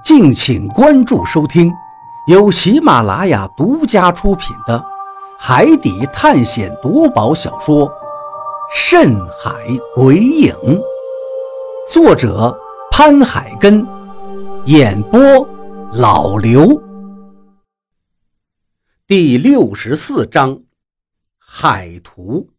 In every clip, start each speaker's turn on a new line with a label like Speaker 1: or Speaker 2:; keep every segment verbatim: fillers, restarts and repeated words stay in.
Speaker 1: 敬请关注收听，由喜马拉雅独家出品的海底探险夺宝小说《深海鬼影》，作者潘海根，演播老刘。第六十四章，海图。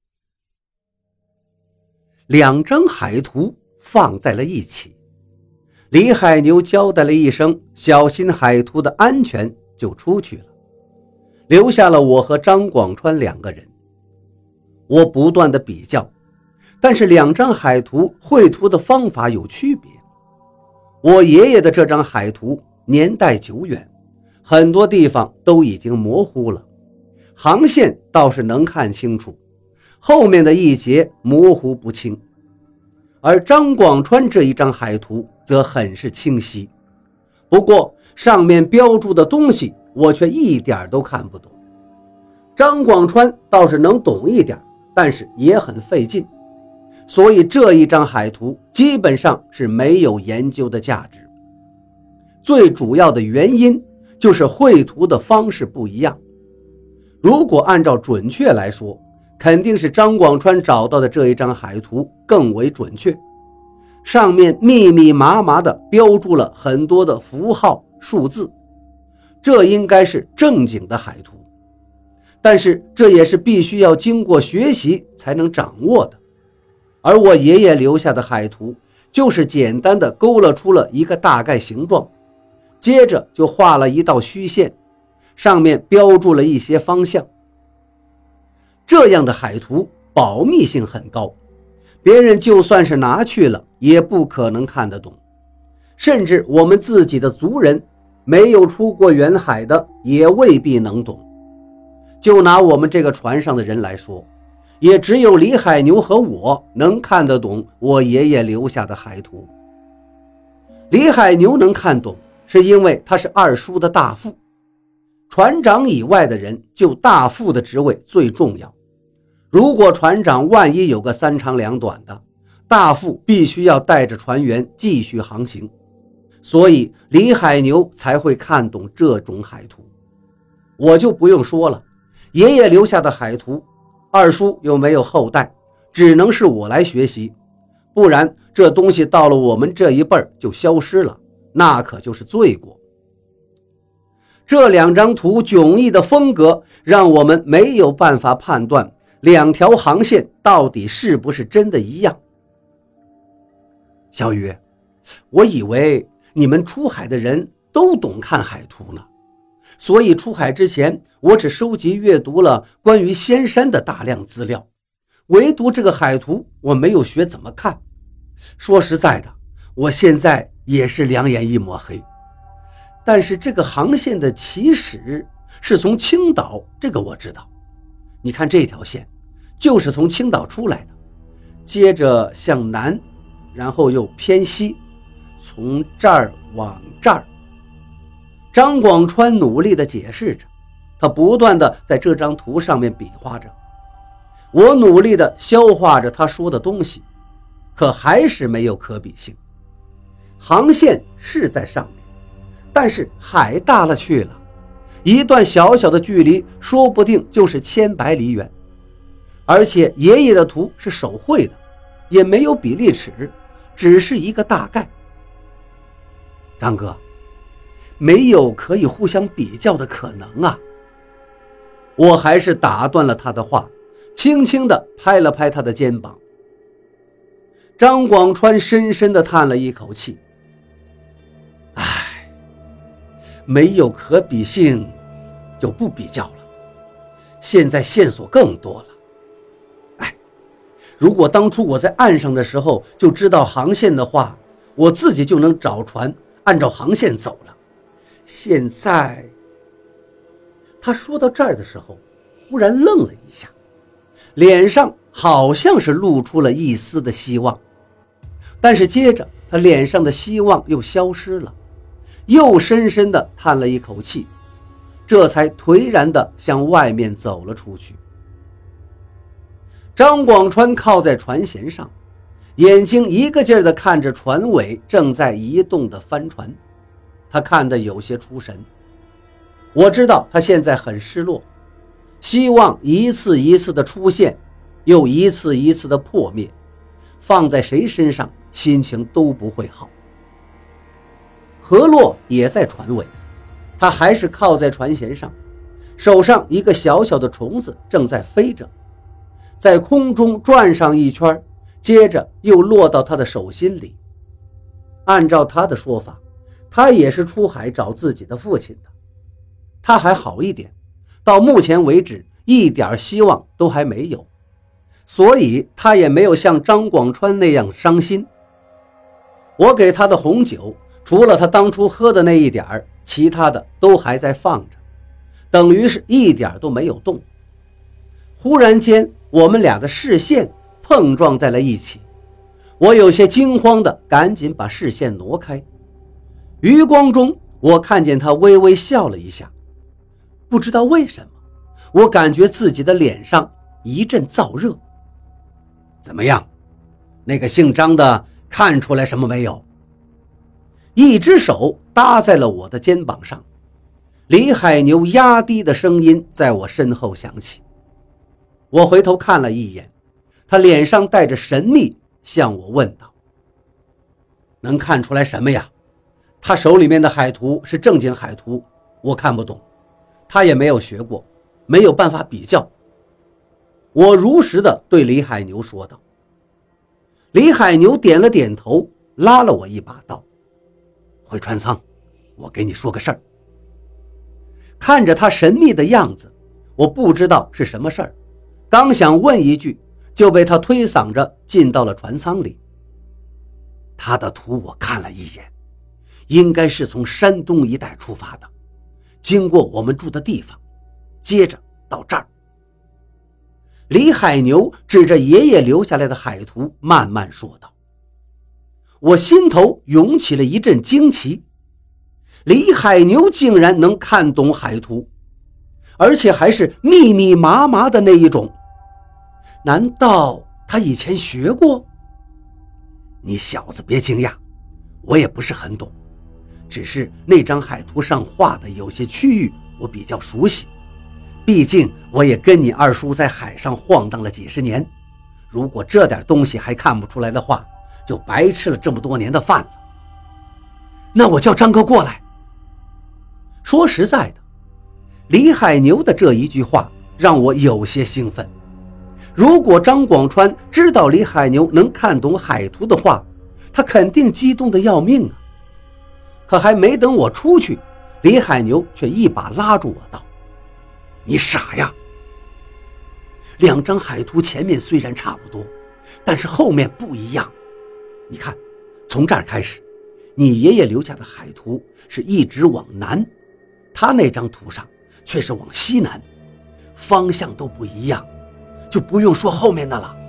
Speaker 1: 两张海图放在了一起，李海牛交代了一声小心海图的安全，就出去了，留下了我和张广川两个人。我不断的比较，但是两张海图绘图的方法有区别。我爷爷的这张海图年代久远，很多地方都已经模糊了，航线倒是能看清楚，后面的一节模糊不清。而张广川这一张海图则很是清晰，不过上面标注的东西我却一点都看不懂。张广川倒是能懂一点，但是也很费劲，所以这一张海图基本上是没有研究的价值。最主要的原因就是绘图的方式不一样。如果按照准确来说，肯定是张广川找到的这一张海图更为准确，上面密密麻麻地标注了很多的符号数字，这应该是正经的海图，但是这也是必须要经过学习才能掌握的。而我爷爷留下的海图就是简单的勾勒出了一个大概形状，接着就画了一道虚线，上面标注了一些方向。这样的海图保密性很高，别人就算是拿去了也不可能看得懂，甚至我们自己的族人没有出过远海的也未必能懂。就拿我们这个船上的人来说，也只有李海牛和我能看得懂我爷爷留下的海图。李海牛能看懂，是因为他是二叔的大副，船长以外的人就大副的职位最重要。如果船长万一有个三长两短的，大副必须要带着船员继续航行，所以李海牛才会看懂这种海图。我就不用说了，爷爷留下的海图，二叔又没有后代，只能是我来学习，不然这东西到了我们这一辈就消失了，那可就是罪过。这两张图迥异的风格让我们没有办法判断两条航线到底是不是真的一样。小雨，我以为你们出海的人都懂看海图呢，所以出海之前我只收集阅读了关于仙山的大量资料，唯独这个海图我没有学怎么看。说实在的，我现在也是两眼一抹黑。但是这个航线的起始是从青岛，这个我知道。你看这条线就是从青岛出来的，接着向南，然后又偏西，从这儿往这儿。张广川努力地解释着，他不断地在这张图上面比划着，我努力地消化着他说的东西，可还是没有可比性。航线是在上面，但是海大了去了，一段小小的距离说不定就是千百里远，而且爷爷的图是手绘的，也没有比例尺，只是一个大概。张哥，没有可以互相比较的可能啊。我还是打断了他的话，轻轻地拍了拍他的肩膀。张广川深深地叹了一口气，唉，没有可比性就不比较了，现在线索更多了。哎，如果当初我在岸上的时候就知道航线的话，我自己就能找船按照航线走了。现在……他说到这儿的时候忽然愣了一下，脸上好像是露出了一丝的希望，但是接着他脸上的希望又消失了，又深深地叹了一口气，这才颓然地向外面走了出去。张广川靠在船舷上，眼睛一个劲儿地看着船尾正在移动的帆船， 他看得有些出神。我知道他现在很失落，希望一次一次的出现，又一次一次的破灭，放在谁身上心情都不会好。何洛也在船尾，他还是靠在船舷上，手上一个小小的虫子正在飞着，在空中转上一圈，接着又落到他的手心里。按照他的说法，他也是出海找自己的父亲的。他还好一点，到目前为止一点希望都还没有，所以他也没有像张广川那样伤心。我给他的红酒，除了他当初喝的那一点儿，其他的都还在放着，等于是一点都没有动。忽然间，我们俩的视线碰撞在了一起，我有些惊慌的赶紧把视线挪开。余光中，我看见他微微笑了一下，不知道为什么，我感觉自己的脸上一阵燥热。怎么样？那个姓张的看出来什么没有？一只手搭在了我的肩膀上，李海牛压低的声音在我身后响起。我回头看了一眼，他脸上带着神秘，向我问道：能看出来什么呀？他手里面的海图是正经海图，我看不懂，他也没有学过，没有办法比较。我如实的对李海牛说道。李海牛点了点头，拉了我一把道：回船舱，我给你说个事儿。看着他神秘的样子，我不知道是什么事儿，刚想问一句，就被他推搡着进到了船舱里。他的图我看了一眼，应该是从山东一带出发的，经过我们住的地方，接着到这儿。李海牛指着爷爷留下来的海图慢慢说道。我心头涌起了一阵惊奇，李海牛竟然能看懂海图，而且还是密密麻麻的那一种。难道他以前学过？你小子别惊讶，我也不是很懂，只是那张海图上画的有些区域我比较熟悉，毕竟我也跟你二叔在海上晃荡了几十年，如果这点东西还看不出来的话，就白吃了这么多年的饭了。那我叫张哥过来。说实在的，李海牛的这一句话让我有些兴奋。如果张广川知道李海牛能看懂海图的话，他肯定激动得要命啊。可还没等我出去，李海牛却一把拉住我道：你傻呀，两张海图前面虽然差不多，但是后面不一样。你看，从这儿开始，你爷爷留下的海图是一直往南，他那张图上却是往西南，方向都不一样，就不用说后面的了。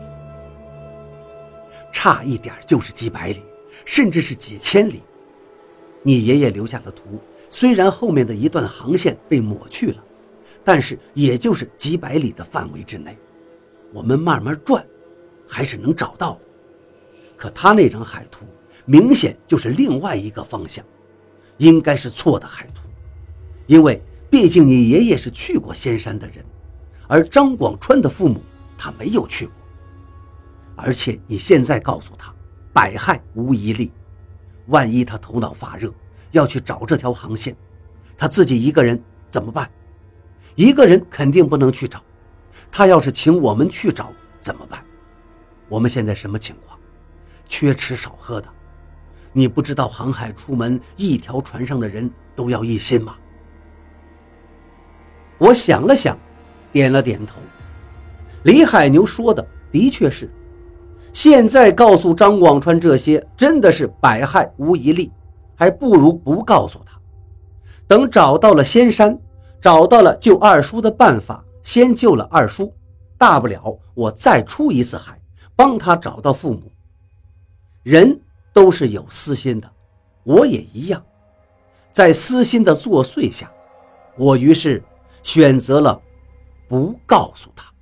Speaker 1: 差一点就是几百里，甚至是几千里。你爷爷留下的图，虽然后面的一段航线被抹去了，但是也就是几百里的范围之内，我们慢慢转，还是能找到的。可他那张海图明显就是另外一个方向，应该是错的海图，因为毕竟你爷爷是去过仙山的人，而张广川的父母他没有去过。而且你现在告诉他百害无一利，万一他头脑发热要去找这条航线，他自己一个人怎么办？一个人肯定不能去找，他要是请我们去找怎么办？我们现在什么情况？缺吃少喝的，你不知道航海出门一条船上的人都要一心吗？我想了想，点了点头。李海牛说的的确是，现在告诉张广川这些真的是百害无一利，还不如不告诉他。等找到了仙山，找到了救二叔的办法，先救了二叔，大不了我再出一次海，帮他找到父母。人都是有私心的，我也一样。在私心的作祟下，我于是选择了不告诉他。